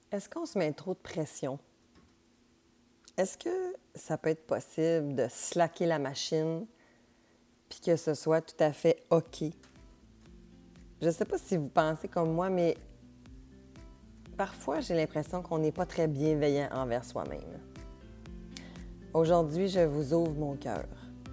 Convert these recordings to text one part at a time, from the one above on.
Est-ce qu'on se met trop de pression? Est-ce que ça peut être possible de slacker la machine puis que ce soit tout à fait OK? Je ne sais pas si vous pensez comme moi, mais parfois j'ai l'impression qu'on n'est pas très bienveillant envers soi-même. Aujourd'hui, je vous ouvre mon cœur.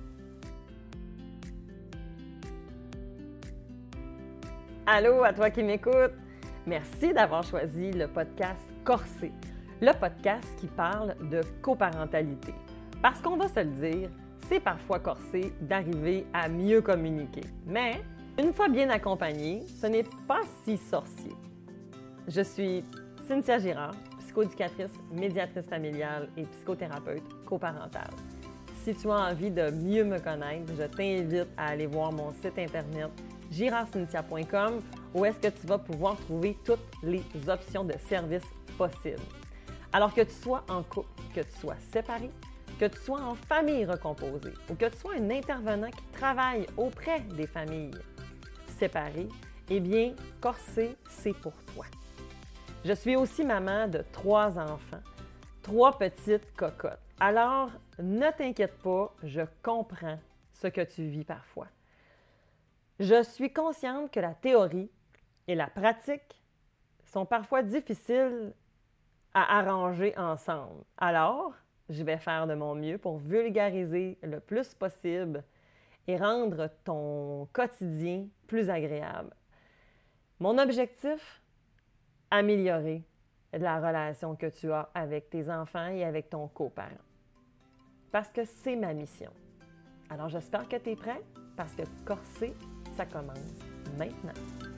Allô à toi qui m'écoutes! Merci d'avoir choisi le podcast Corsé, le podcast qui parle de coparentalité. Parce qu'on va se le dire, c'est parfois corsé d'arriver à mieux communiquer. Mais une fois bien accompagné, ce n'est pas si sorcier. Je suis Cynthia Girard, psychoéducatrice, médiatrice familiale et psychothérapeute coparentale. Si tu as envie de mieux me connaître, je t'invite à aller voir mon site internet girardcynthia.com où est-ce que tu vas pouvoir trouver toutes les options de services possibles. Alors que tu sois en couple, que tu sois séparé, que tu sois en famille recomposée ou que tu sois un intervenant qui travaille auprès des familles séparées, eh bien, Corsé, c'est pour toi. Je suis aussi maman de 3 enfants, 3 petites cocottes. Alors, ne t'inquiète pas, je comprends ce que tu vis parfois. Je suis consciente que la théorie et la pratique sont parfois difficiles à arranger ensemble. Alors, je vais faire de mon mieux pour vulgariser le plus possible et rendre ton quotidien plus agréable. Mon objectif, améliorer la relation que tu as avec tes enfants et avec ton coparent. Parce que c'est ma mission. Alors, j'espère que tu es prêt parce que Corsé, ça commence maintenant.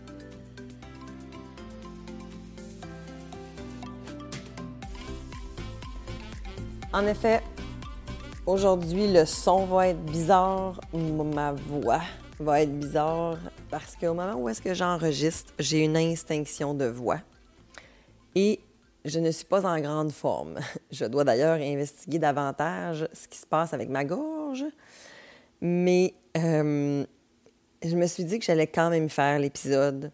En effet, aujourd'hui, le son va être bizarre, ma voix va être bizarre parce qu'au moment où est-ce que j'enregistre, j'ai une extinction de voix et je ne suis pas en grande forme. Je dois d'ailleurs investiguer davantage ce qui se passe avec ma gorge, mais je me suis dit que j'allais quand même faire l'épisode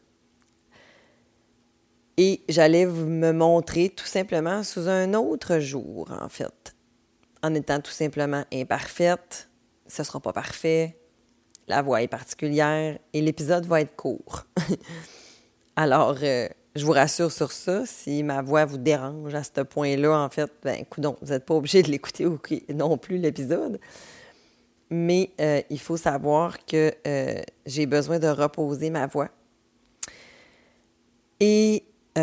et j'allais me montrer tout simplement sous un autre jour, en fait, en étant tout simplement imparfaite. Ce ne sera pas parfait, la voix est particulière et l'épisode va être court. Alors, je vous rassure sur ça, si ma voix vous dérange à ce point-là, en fait, coudonc, vous n'êtes pas obligé de l'écouter non plus, l'épisode. Mais il faut savoir que j'ai besoin de reposer ma voix. Et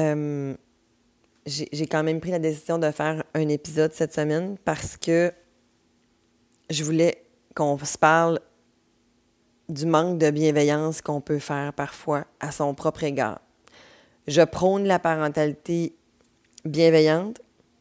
j'ai quand même pris la décision de faire un épisode cette semaine parce que je voulais qu'on se parle du manque de bienveillance qu'on peut faire parfois à son propre égard. Je prône la parentalité bienveillante.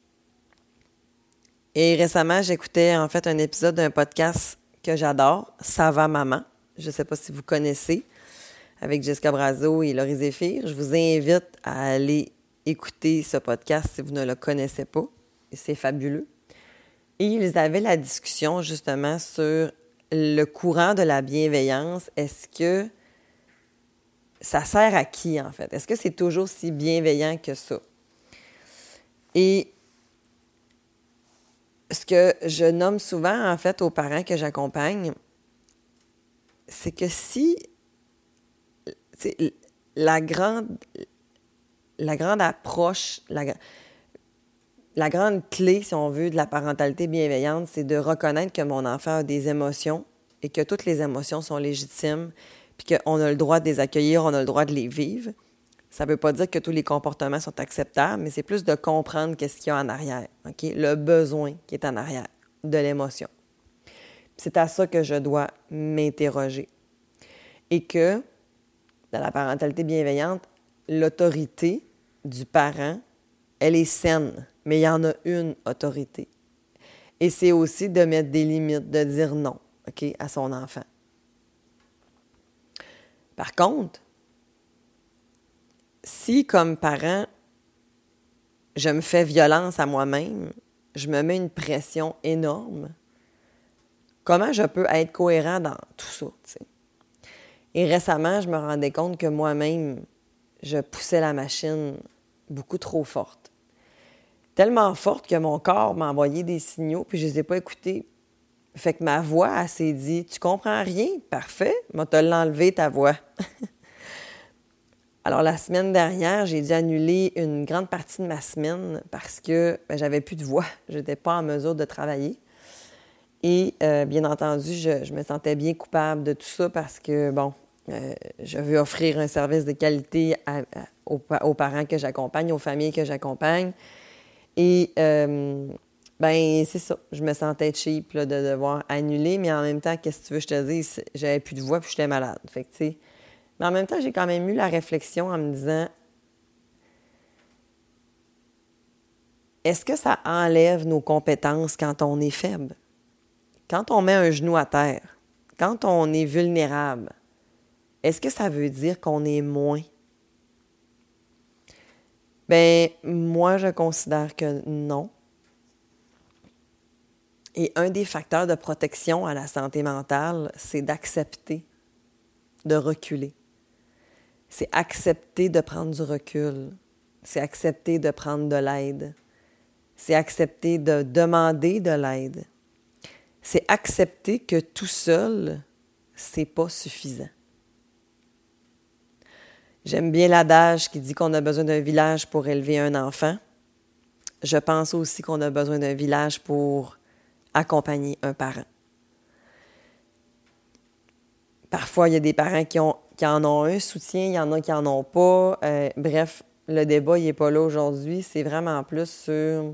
Et récemment, j'écoutais en fait un épisode d'un podcast que j'adore, Ça va maman. Je ne sais pas si vous connaissez, avec Jessica Brazo et Laurie Zéphir. Je vous invite à aller écouter ce podcast si vous ne le connaissez pas. C'est fabuleux. Et ils avaient la discussion justement sur le courant de la bienveillance. Est-ce que ça sert à qui en fait? Est-ce que c'est toujours si bienveillant que ça? Et ce que je nomme souvent, en fait, aux parents que j'accompagne, c'est que si la grande approche, la grande clé, si on veut, de la parentalité bienveillante, c'est de reconnaître que mon enfant a des émotions et que toutes les émotions sont légitimes, puis qu'on a le droit de les accueillir, on a le droit de les vivre. Ça ne veut pas dire que tous les comportements sont acceptables, mais c'est plus de comprendre qu'est-ce qu'il y a en arrière, OK? Le besoin qui est en arrière de l'émotion. C'est à ça que je dois m'interroger. Et que, dans la parentalité bienveillante, l'autorité du parent, elle est saine, mais il y en a une autorité. Et c'est aussi de mettre des limites, de dire non, OK, à son enfant. Par contre, si, comme parent, je me fais violence à moi-même, je me mets une pression énorme, comment je peux être cohérent dans tout ça, tu sais? Et récemment, je me rendais compte que moi-même, je poussais la machine beaucoup trop forte. tellement forte que mon corps m'a envoyé des signaux, puis je les ai pas écoutés. Fait que ma voix, elle s'est dit « Tu comprends rien? Parfait, moi te l'enlever ta voix. » Alors, la semaine dernière, j'ai dû annuler une grande partie de ma semaine parce que j'avais plus de voix. Je n'étais pas en mesure de travailler. Et bien entendu, je me sentais bien coupable de tout ça parce que, je veux offrir un service de qualité aux parents que j'accompagne, aux familles que j'accompagne. Et, c'est ça. Je me sentais cheap là, de devoir annuler, mais en même temps, qu'est-ce que tu veux que je te dise? J'avais plus de voix puis j'étais malade. Fait que, tu sais, mais en même temps, j'ai quand même eu la réflexion en me disant, est-ce que ça enlève nos compétences quand on est faible? Quand on met un genou à terre, quand on est vulnérable, est-ce que ça veut dire qu'on est moins? Bien, moi, je considère que non. Et un des facteurs de protection à la santé mentale, c'est d'accepter, de reculer. C'est accepter de prendre du recul. C'est accepter de prendre de l'aide. C'est accepter de demander de l'aide. C'est accepter que tout seul, c'est pas suffisant. J'aime bien l'adage qui dit qu'on a besoin d'un village pour élever un enfant. Je pense aussi qu'on a besoin d'un village pour accompagner un parent. Parfois, il y a des parents qui en ont un soutien, il y en a qui en ont pas. Bref, le débat, il n'est pas là aujourd'hui. C'est vraiment plus sur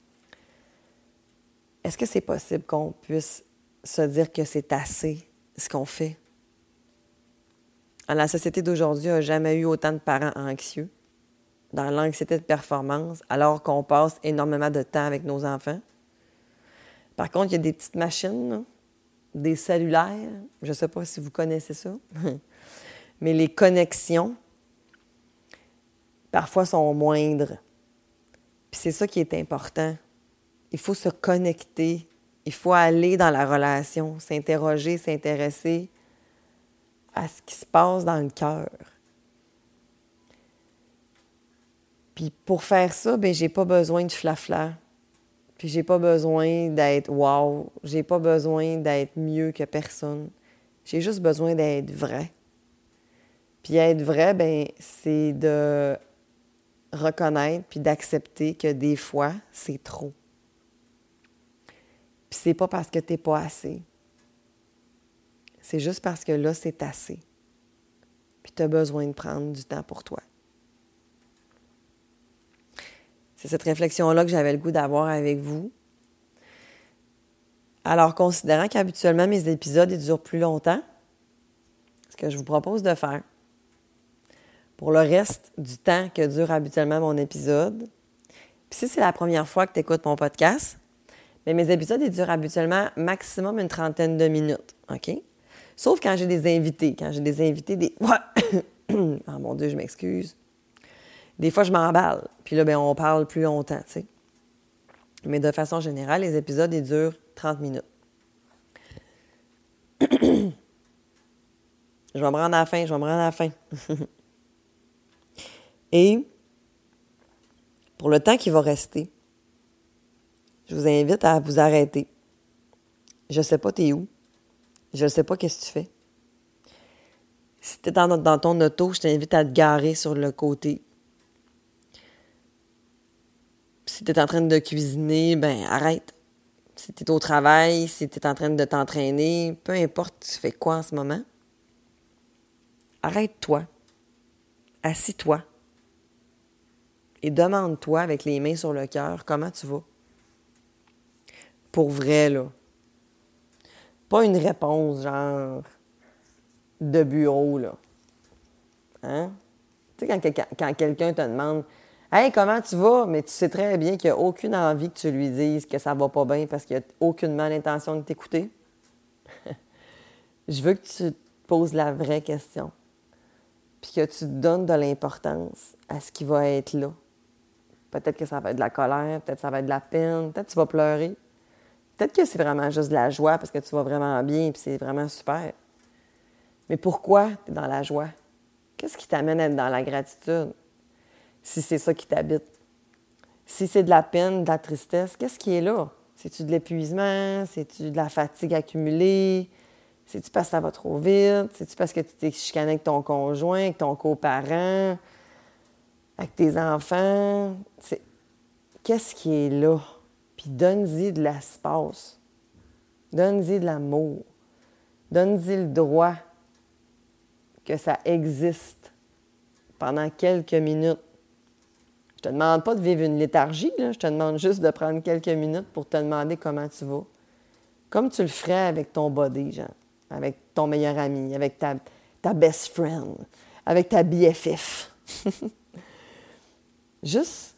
est-ce que c'est possible qu'on puisse se dire que c'est assez ce qu'on fait? Dans la société d'aujourd'hui, il n'y a jamais eu autant de parents anxieux dans l'anxiété de performance, alors qu'on passe énormément de temps avec nos enfants. Par contre, il y a des petites machines, là, des cellulaires, je ne sais pas si vous connaissez ça, mais les connexions, parfois, sont moindres. Puis c'est ça qui est important. Il faut se connecter, il faut aller dans la relation, s'interroger, s'intéresser à ce qui se passe dans le cœur. Puis pour faire ça, j'ai pas besoin de flafla. Puis j'ai pas besoin d'être wow, j'ai pas besoin d'être mieux que personne. J'ai juste besoin d'être vrai. Puis être vrai, c'est de reconnaître puis d'accepter que des fois, c'est trop. Puis c'est pas parce que t'es pas assez. C'est juste parce que là, c'est assez. Puis tu as besoin de prendre du temps pour toi. C'est cette réflexion-là que j'avais le goût d'avoir avec vous. Alors, considérant qu'habituellement, mes épisodes ils durent plus longtemps, ce que je vous propose de faire, pour le reste du temps que dure habituellement mon épisode, puis si c'est la première fois que tu écoutes mon podcast, bien, mes épisodes ils durent habituellement maximum une 30aine de minutes, OK? Sauf quand j'ai des invités. Quand j'ai des invités, oh mon Dieu, je m'excuse. Des fois, je m'emballe. Puis là, on parle plus longtemps, tu sais. Mais de façon générale, les épisodes, ils durent 30 minutes. Je vais me rendre à la fin. Et pour le temps qui va rester, je vous invite à vous arrêter. Je ne sais pas t'es où. Je ne sais pas qu'est-ce que tu fais. Si tu es dans ton auto, je t'invite à te garer sur le côté. Si tu es en train de cuisiner, arrête. Si tu es au travail, si tu es en train de t'entraîner, peu importe tu fais quoi en ce moment, arrête-toi. Assis-toi. Et demande-toi avec les mains sur le cœur comment tu vas. Pour vrai, là. Pas une réponse genre de bureau, là. Hein? Tu sais, quand quelqu'un te demande « Hey, comment tu vas? » Mais tu sais très bien qu'il n'y a aucune envie que tu lui dises que ça va pas bien parce qu'il n'y a aucunement l'intention de t'écouter. Je veux que tu te poses la vraie question. Puis que tu te donnes de l'importance à ce qui va être là. Peut-être que ça va être de la colère, peut-être que ça va être de la peine, peut-être que tu vas pleurer. Peut-être que c'est vraiment juste de la joie parce que tu vas vraiment bien et c'est vraiment super. Mais pourquoi tu es dans la joie? Qu'est-ce qui t'amène à être dans la gratitude? Si c'est ça qui t'habite. Si c'est de la peine, de la tristesse, qu'est-ce qui est là? C'est-tu de l'épuisement? C'est-tu de la fatigue accumulée? C'est-tu parce que ça va trop vite? C'est-tu parce que tu t'es chicané avec ton conjoint, avec ton coparent, avec tes enfants? Qu'est-ce qui est là? Puis donne-y de l'espace. Donne-y de l'amour. Donne-y le droit que ça existe pendant quelques minutes. Je te demande pas de vivre une léthargie, là. Je te demande juste de prendre quelques minutes pour te demander comment tu vas. Comme tu le ferais avec ton buddy, genre, avec ton meilleur ami, avec ta best friend, avec ta BFF. Juste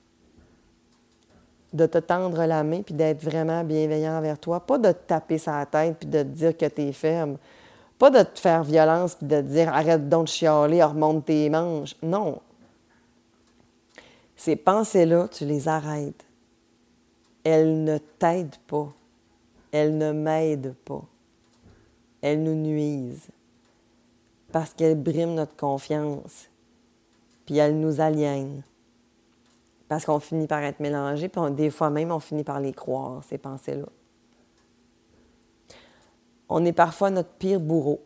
de te tendre la main puis d'être vraiment bienveillant envers toi. Pas de te taper sa tête puis de te dire que tu es faible. Pas de te faire violence puis de te dire « Arrête donc de chialer, remonte tes manches ». Non. Ces pensées-là, tu les arrêtes. Elles ne t'aident pas. Elles ne m'aident pas. Elles nous nuisent. Parce qu'elles briment notre confiance. Puis elles nous aliènent. Parce qu'on finit par être mélangés, puis des fois même, on finit par les croire, ces pensées-là. On est parfois notre pire bourreau.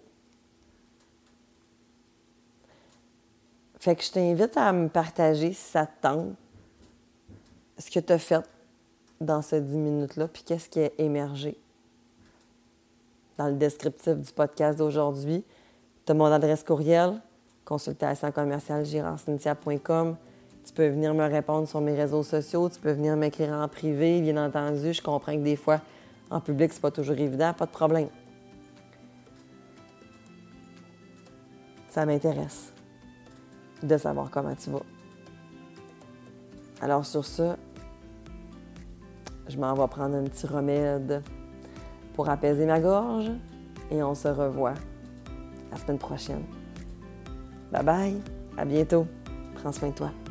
Fait que je t'invite à me partager, si ça te tente, ce que tu as fait dans ces 10 minutes-là, puis qu'est-ce qui est émergé. Dans le descriptif du podcast d'aujourd'hui, tu as mon adresse courriel, consultation@girardcynthia.com. Tu peux venir me répondre sur mes réseaux sociaux, tu peux venir m'écrire en privé, bien entendu. Je comprends que des fois, en public, c'est pas toujours évident, pas de problème. Ça m'intéresse de savoir comment tu vas. Alors sur ça, je m'en vais prendre un petit remède pour apaiser ma gorge et on se revoit la semaine prochaine. Bye bye, à bientôt, prends soin de toi.